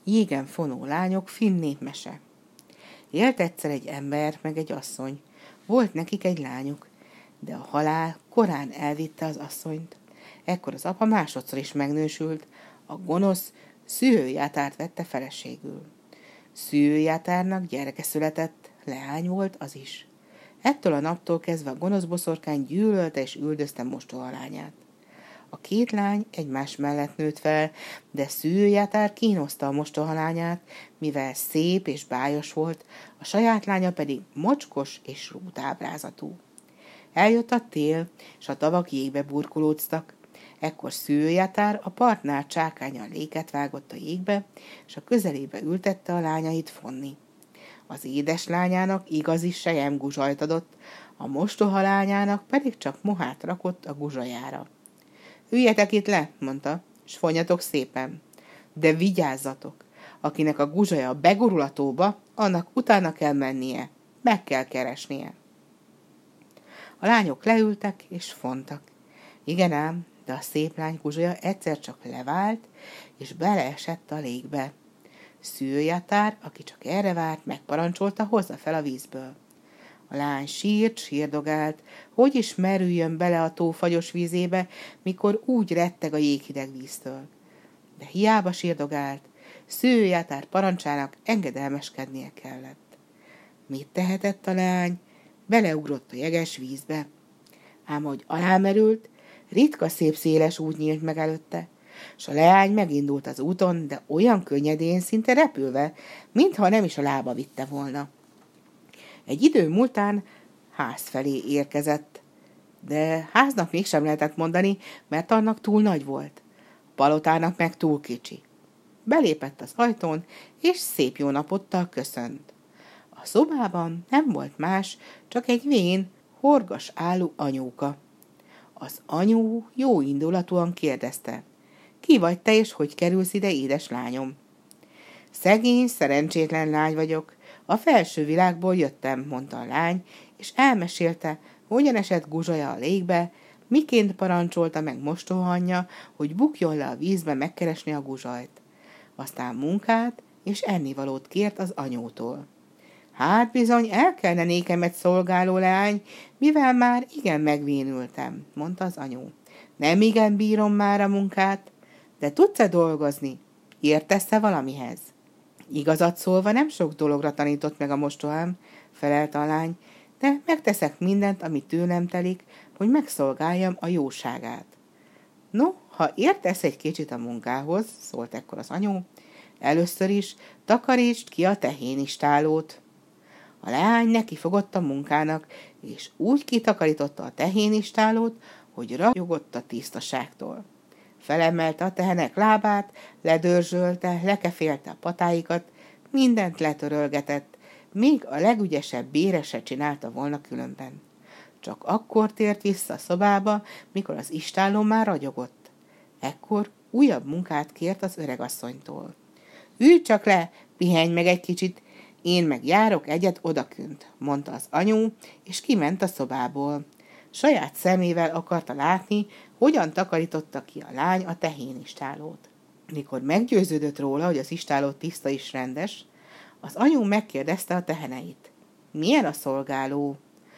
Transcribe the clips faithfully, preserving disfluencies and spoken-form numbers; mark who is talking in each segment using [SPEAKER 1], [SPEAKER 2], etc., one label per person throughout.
[SPEAKER 1] Jégen fonó lányok finn népmese. Élt egyszer egy ember, meg egy asszony. Volt nekik egy lányuk, de a halál korán elvitte az asszonyt. Ekkor az apa másodszor is megnősült, a gonosz Szühőjátárt vette feleségül. Szühőjátárnak gyereke született, leány volt az is. Ettől a naptól kezdve a gonosz boszorkány gyűlölte és üldözte mostoha lányát. A két lány egymás mellett nőtt fel, de Szühőjátár kínoszta a mostoha lányát, mivel szép és bájos volt, a saját lánya pedig mocskos és rút ábrázatú. Eljött a tél, és a tavak jégbe burkolództak. Ekkor Szühőjátár a partnál csákánnyal léket vágott a jégbe, és a közelébe ültette a lányait fonni. Az édes lányának igazi sejem guzsajt adott, a mostoha lányának pedig csak mohát rakott a guzsajára. Üljetek itt le, mondta, s fonjatok szépen. De vigyázzatok, akinek a guzsaja begurul a tóba, annak utána kell mennie, meg kell keresnie. A lányok leültek és fontak. Igen ám, de a szép lány guzsaja egyszer csak levált, és beleesett a légbe. Szühőjátár, aki csak erre várt, megparancsolta, hozza fel a vízből. A lány sírt, sírdogált, hogy is merüljön bele a tó fagyos vízébe, mikor úgy retteg a jéghideg víztől. De hiába sírdogált, Szühőjátár parancsának engedelmeskednie kellett. Mit tehetett a lány? Beleugrott a jeges vízbe. Ám ahogy alámerült, ritka szép széles út nyílt meg előtte, s a leány megindult az úton, de olyan könnyedén, szinte repülve, mintha nem is a lába vitte volna. Egy idő múltán ház felé érkezett, de háznak mégsem lehetett mondani, mert annak túl nagy volt. A palotának meg túl kicsi. Belépett az ajtón, és szép jó napottal köszönt. A szobában nem volt más, csak egy vén, horgas álló anyóka. Az anyu jó indulatúan kérdezte: ki vagy te, és hogy kerülsz ide, édes lányom? Szegény, szerencsétlen lány vagyok, a felső világból jöttem, mondta a lány, és elmesélte, hogyan esett guzsaja a légbe, miként parancsolta meg mostoha anyja, hogy bukjon le a vízbe megkeresni a guzsajt. Aztán munkát és ennivalót kért az anyótól. Hát bizony, el kellene nékem egy szolgáló leány, mivel már igen megvénültem, mondta az anyu. Nem igen bírom már a munkát, de tudsz-e dolgozni? Értesz-e valamihez? Igazat szólva nem sok dologra tanított meg a mostohám, felelte a lány, de megteszek mindent, ami tőlem telik, hogy megszolgáljam a jóságát. No, ha értesz egy kicsit a munkához, szólt ekkor az anyu, először is takarítsd ki a tehénistálót. A leány nekifogott a munkának, és úgy kitakarította a tehénistálót, hogy ragyogott a tisztaságtól. Felemelte a tehenek lábát, ledörzsölte, lekefélte a patáikat, mindent letörölgetett, még a legügyesebb bére se csinálta volna különben. Csak akkor tért vissza a szobába, mikor az istálló már ragyogott. Ekkor újabb munkát kért az öregasszonytól. Ülj csak le, pihenj meg egy kicsit, én meg járok egyet odakünt, mondta az anyu, és kiment a szobából. Saját szemével akarta látni, hogyan takarította ki a lány a tehénistálót. Mikor meggyőződött róla, hogy az istáló tiszta és rendes, az anyu megkérdezte a teheneit. Milyen a szolgáló?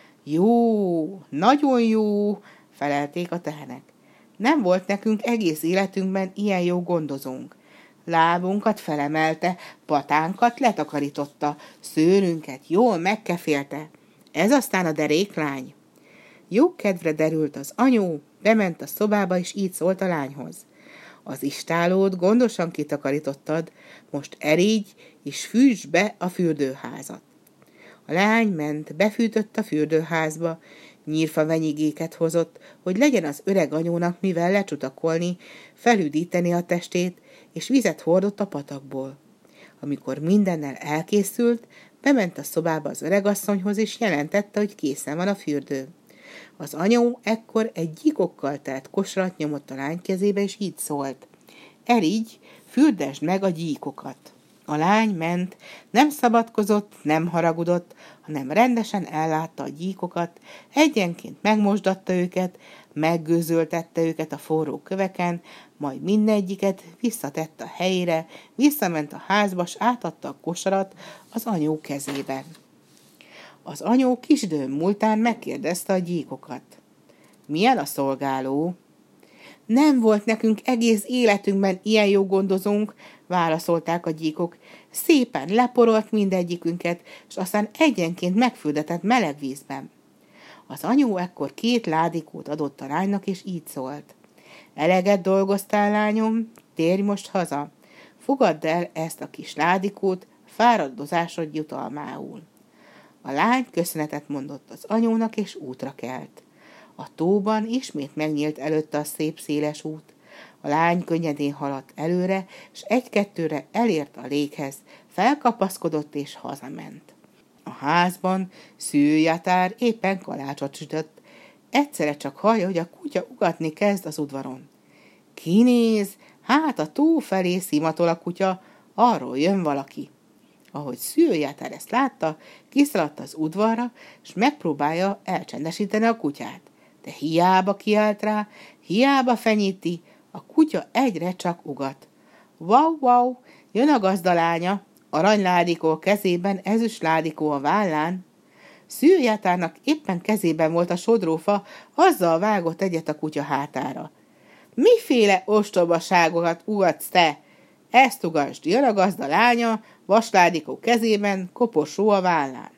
[SPEAKER 1] Jó, nagyon jó, felelték a tehenek. Nem volt nekünk egész életünkben ilyen jó gondozónk. Lábunkat felemelte, patánkat letakarította, szőrünket jól megkefélte. Ez aztán a deréklány. Jó kedvre derült az anyu, bement a szobába, és így szólt a lányhoz. Az istálót gondosan kitakarítottad, most erígy, és fűtsd be a fürdőházat. A lány ment, befűtött a fürdőházba, nyírfa venyigéket hozott, hogy legyen az öreg anyónak mivel lecsutakolni, felüdíteni a testét, és vizet hordott a patakból. Amikor mindennel elkészült, bement a szobába az öregasszonyhoz, és jelentette, hogy készen van a fürdő. Az anyu ekkor egy gyíkokkal telt kosarat nyomott a lány kezébe, és így szólt. Erígy, fürdesd meg a gyíkokat. A lány ment, nem szabadkozott, nem haragudott, hanem rendesen ellátta a gyíkokat, egyenként megmosdatta őket, Meggőzöltette őket a forró köveken, majd mindegyiket visszatett a helyére, visszament a házba, s átadta a kosarat az anyó kezébe. Az anyó kis időn múltán megkérdezte a gyíkokat. Milyen a szolgáló? Nem volt nekünk egész életünkben ilyen jó gondozónk, válaszolták a gyíkok. Szépen leporolt mindegyikünket, és aztán egyenként megfürdetett meleg vízben. Az anyó ekkor két ládikót adott a lánynak, és így szólt. Eleget dolgoztál, lányom, térj most haza. Fogadd el ezt a kis ládikót fáradozásod jutalmául. A lány köszönetet mondott az anyónak, és útra kelt. A tóban ismét megnyílt előtte a szép széles út. A lány könnyedén haladt előre, s egy-kettőre elért a léghez, felkapaszkodott és hazament. A házban Szűjjatár éppen kalácsot sütött. Egyszerre csak hallja, hogy a kutya ugatni kezd az udvaron. Kinéz, hát a tó felé szimatol a kutya, arról jön valaki. Ahogy Szűjjatár ezt látta, kiszaladt az udvarra, és megpróbálja elcsendesíteni a kutyát. De hiába kiált rá, hiába fenyíti, a kutya egyre csak ugat. Wow, wow, jön a gazdalánya, aranyládikó kezében, ezüst ládikó a vállán. Szűjjatárnak éppen kezében volt a sodrófa, azzal vágott egyet a kutya hátára. Miféle ostobaságokat ugatsz te? Ezt ugasd, jön a gazdalánya, vasládikó kezében, koporsó a vállán.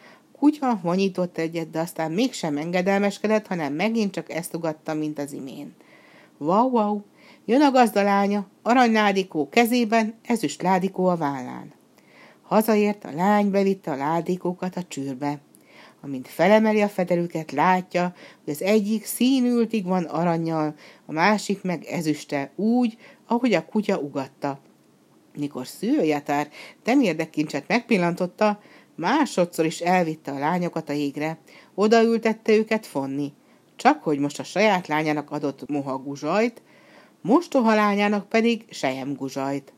[SPEAKER 1] Kutya vonyított egyet, de aztán mégsem engedelmeskedett, hanem megint csak ezt ugatta, mint az imént. Wow, wow, jön a gazdalánya, aranyládikó kezében, ezüst ládikó a vállán. Hazaért, a lány bevitte a ládikókat a csűrbe. Amint felemeli a fedelüket, látja, hogy az egyik színültig van arannyal, a másik meg ezüsttel, úgy, ahogy a kutya ugatta. Mikor Szűjjatár temérdekincset megpillantotta, másodszor is elvitte a lányokat a égre, odaültette őket fonni. Csak hogy most a saját lányának adott moha guzsajt, mostoha lányának pedig sejem guzsajt.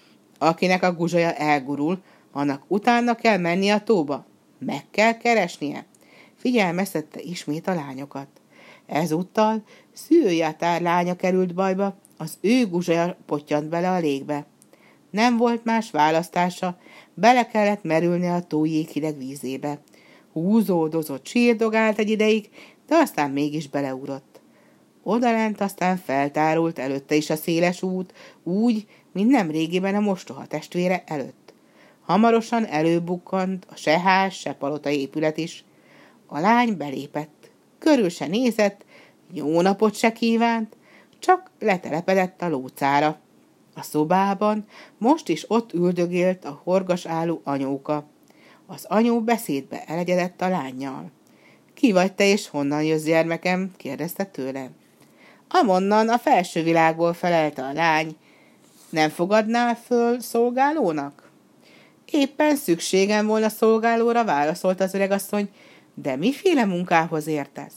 [SPEAKER 1] Akinek a guzsaja elgurul, annak utána kell mennie a tóba. Meg kell keresnie. Figyelmeztette ismét a lányokat. Ezúttal Szűjjatár lánya került bajba, az ő guzsaja pottyant bele a légbe. Nem volt más választása, bele kellett merülni a tó jéghideg vízébe. Húzódozott, sírdogált egy ideig, de aztán mégis beleugrott. Odalent aztán feltárult előtte is a széles út, úgy, mint nem régiben a mostoha testvére előtt. Hamarosan előbukkant a se ház, se palota épület is. A lány belépett, körül se nézett, jó napot se kívánt, csak letelepedett a lócára. A szobában most is ott üldögélt a horgas álló anyóka. Az anyó beszédbe elegyedett a lánnyal. Ki vagy te és honnan jössz, gyermekem? Kérdezte tőle. Amonnan a felső világból, felelte a lány. Nem fogadnál föl szolgálónak? Éppen szükségem volna szolgálóra, válaszolt az öregasszony, de miféle munkához értesz?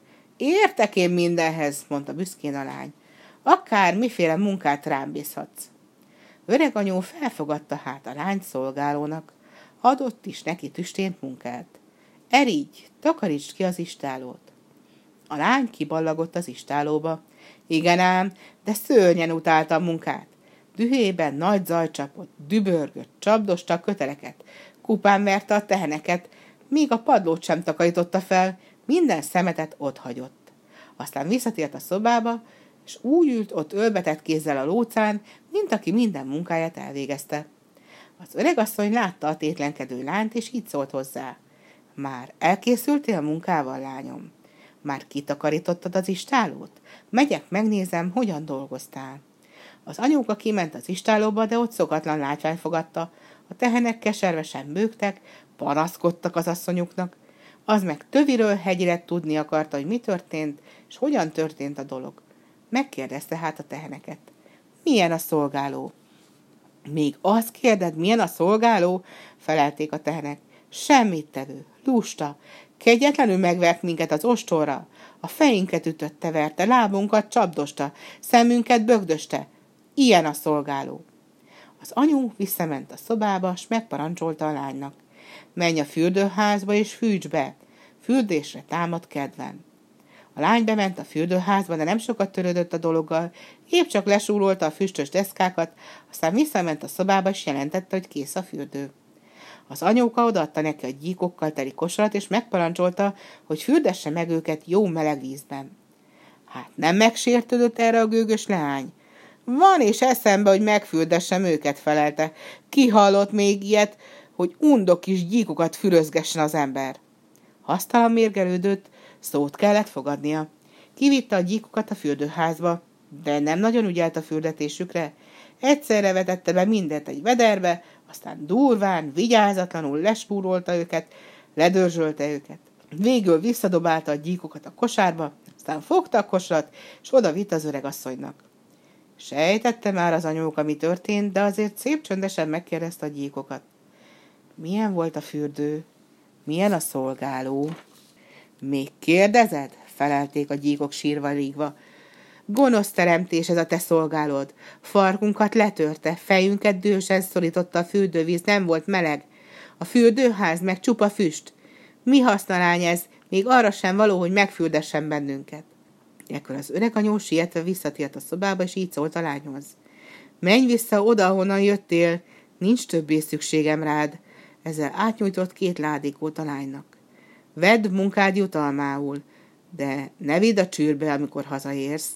[SPEAKER 1] Értek én mindenhez, mondta büszkén a lány. Akár miféle munkát rám bízhatsz. Öreganyó felfogadta hát a lányt szolgálónak, adott is neki tüstént munkát. Erígy, takarítsd ki az istálót. A lány kiballagott az istálóba. Igen ám, de szörnyen utálta a munkát. Dühében nagy zaj csapott, dübörgött, csapdosta a köteleket, kupán verte a teheneket, míg a padlót sem takarította fel, minden szemetet ott hagyott. Aztán visszatért a szobába, és úgy ült ott ölbetett kézzel a lócán, mint aki minden munkáját elvégezte. Az öregasszony látta a tétlenkedő lányt, és így szólt hozzá. Már elkészültél a munkával, lányom? Már kitakarítottad az istálót? Megyek, megnézem, hogyan dolgoztál. Az anyóka kiment az istálóba, de ott szokatlan látvány fogadta. A tehenek keservesen bőgtek, panaszkodtak az asszonyuknak. Az meg töviről hegyire tudni akarta, hogy mi történt, és hogyan történt a dolog. Megkérdezte hát a teheneket. Milyen a szolgáló? Még azt kérded, milyen a szolgáló? Felelték a tehenek. Semmit tevő, lusta, kegyetlenül megvert minket az ostorral. A fejünket ütötte, verte, lábunkat csapdosta, szemünket bögdöste. Ilyen a szolgáló. Az anyu visszament a szobába, s megparancsolta a lánynak. Menj a fürdőházba és fűts be. Fürdésre támad kedvem. A lány bement a fürdőházba, de nem sokat törődött a dologgal, épp csak lesúrolta a füstös deszkákat, aztán visszament a szobába, és jelentette, hogy kész a fürdő. Az anyóka odaadta neki a gyíkokkal teli kosarat, és megparancsolta, hogy fürdesse meg őket jó meleg vízben. Hát nem megsértődött erre a gőgös leány? Van és eszembe, hogy megfürdessem őket, felelte. Ki hallott még ilyet, hogy undok kis gyíkokat fürözgessen az ember? Hasztalan mérgelődött, szót kellett fogadnia. Kivitte a gyíkokat a fürdőházba, de nem nagyon ügyelt a fürdetésükre. Egyszerre vetette be mindent egy vederbe, aztán durván, vigyázatlanul lespúrolta őket, ledörzsölte őket. Végül visszadobálta a gyíkokat a kosárba, aztán fogta a kosarat, és oda vitt az öregasszonynak. Sejtette már az anyóka, mi történt, de azért szép csöndesen megkérdezte a gyíkokat. Milyen volt a fürdő? Milyen a szolgáló? Még kérdezed? Felelték a gyíkok sírva rígva. Gonosz teremtés ez a te szolgálód. Farkunkat letörte, fejünket dühösen szorította a fürdővíz, nem volt meleg. A fürdőház meg csupa füst. Mi haszna lány ez? Még arra sem való, hogy megfürdessen bennünket. Ekkor az öreg anyó sietve visszatért a szobába, és így szólt a lányhoz. Menj vissza oda, ahonnan jöttél, nincs többé szükségem rád. Ezzel átnyújtott két ládikót a lánynak. Vedd munkád jutalmául, de ne vidd a csűrbe, amikor hazaérsz.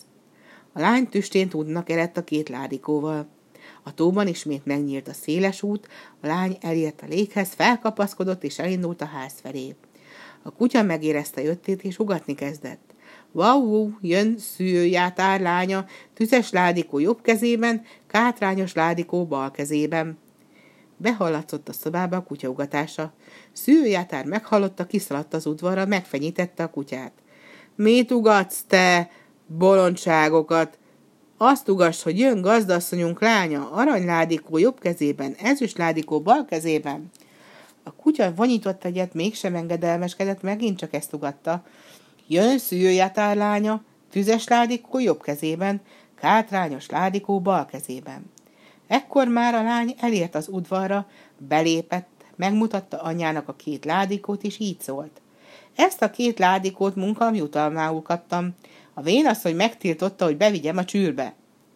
[SPEAKER 1] A lány tüstént útnak eredt a két ládikóval. A tóban ismét megnyílt a széles út, a lány elért a léghez, felkapaszkodott és elindult a ház felé. A kutya megérezte jöttét és ugatni kezdett. Wow, jön szűjátár lánya, tüzes ládikó jobb kezében, kátrányos ládikó bal kezében. Behallatszott a szobába a kutyaugatása. Szűjátár meghallotta, kiszaladt az udvarra, megfenyítette a kutyát. Mit ugatsz, te bolondságokat? Azt ugass, hogy jön gazdasszonyunk lánya, aranyládikó jobb kezében, ezüstládikó bal kezében. A kutya vonyított egyet, mégsem engedelmeskedett, megint csak ezt ugatta. Jön szűjátár lánya, tüzes ládikó jobb kezében, kátrányos ládikó bal kezében. Ekkor már a lány elért az udvarra, belépett, megmutatta anyjának a két ládikót, és így szólt. Ezt a két ládikót munkám jutalmául kaptam. A vénasszony megtiltotta, hogy bevigyem a csűrbe.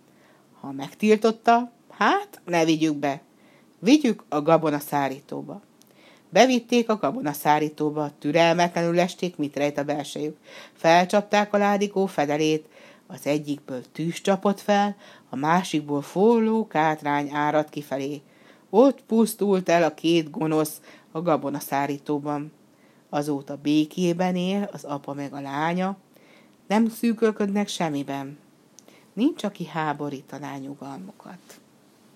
[SPEAKER 1] Ha megtiltotta, hát ne vigyük be. Vigyük a gabonaszárítóba. Bevitték a gabonaszárítóba, türelmetlenül esték, mit rejt a belsejük. Felcsapták a ládikó fedelét, az egyikből tűz csapott fel, a másikból forró kátrány áradt kifelé. Ott pusztult el a két gonosz a gabonaszárítóban. Azóta békében él az apa meg a lánya, nem szűkölködnek semmiben. Nincs, aki háborítaná nyugalmukat.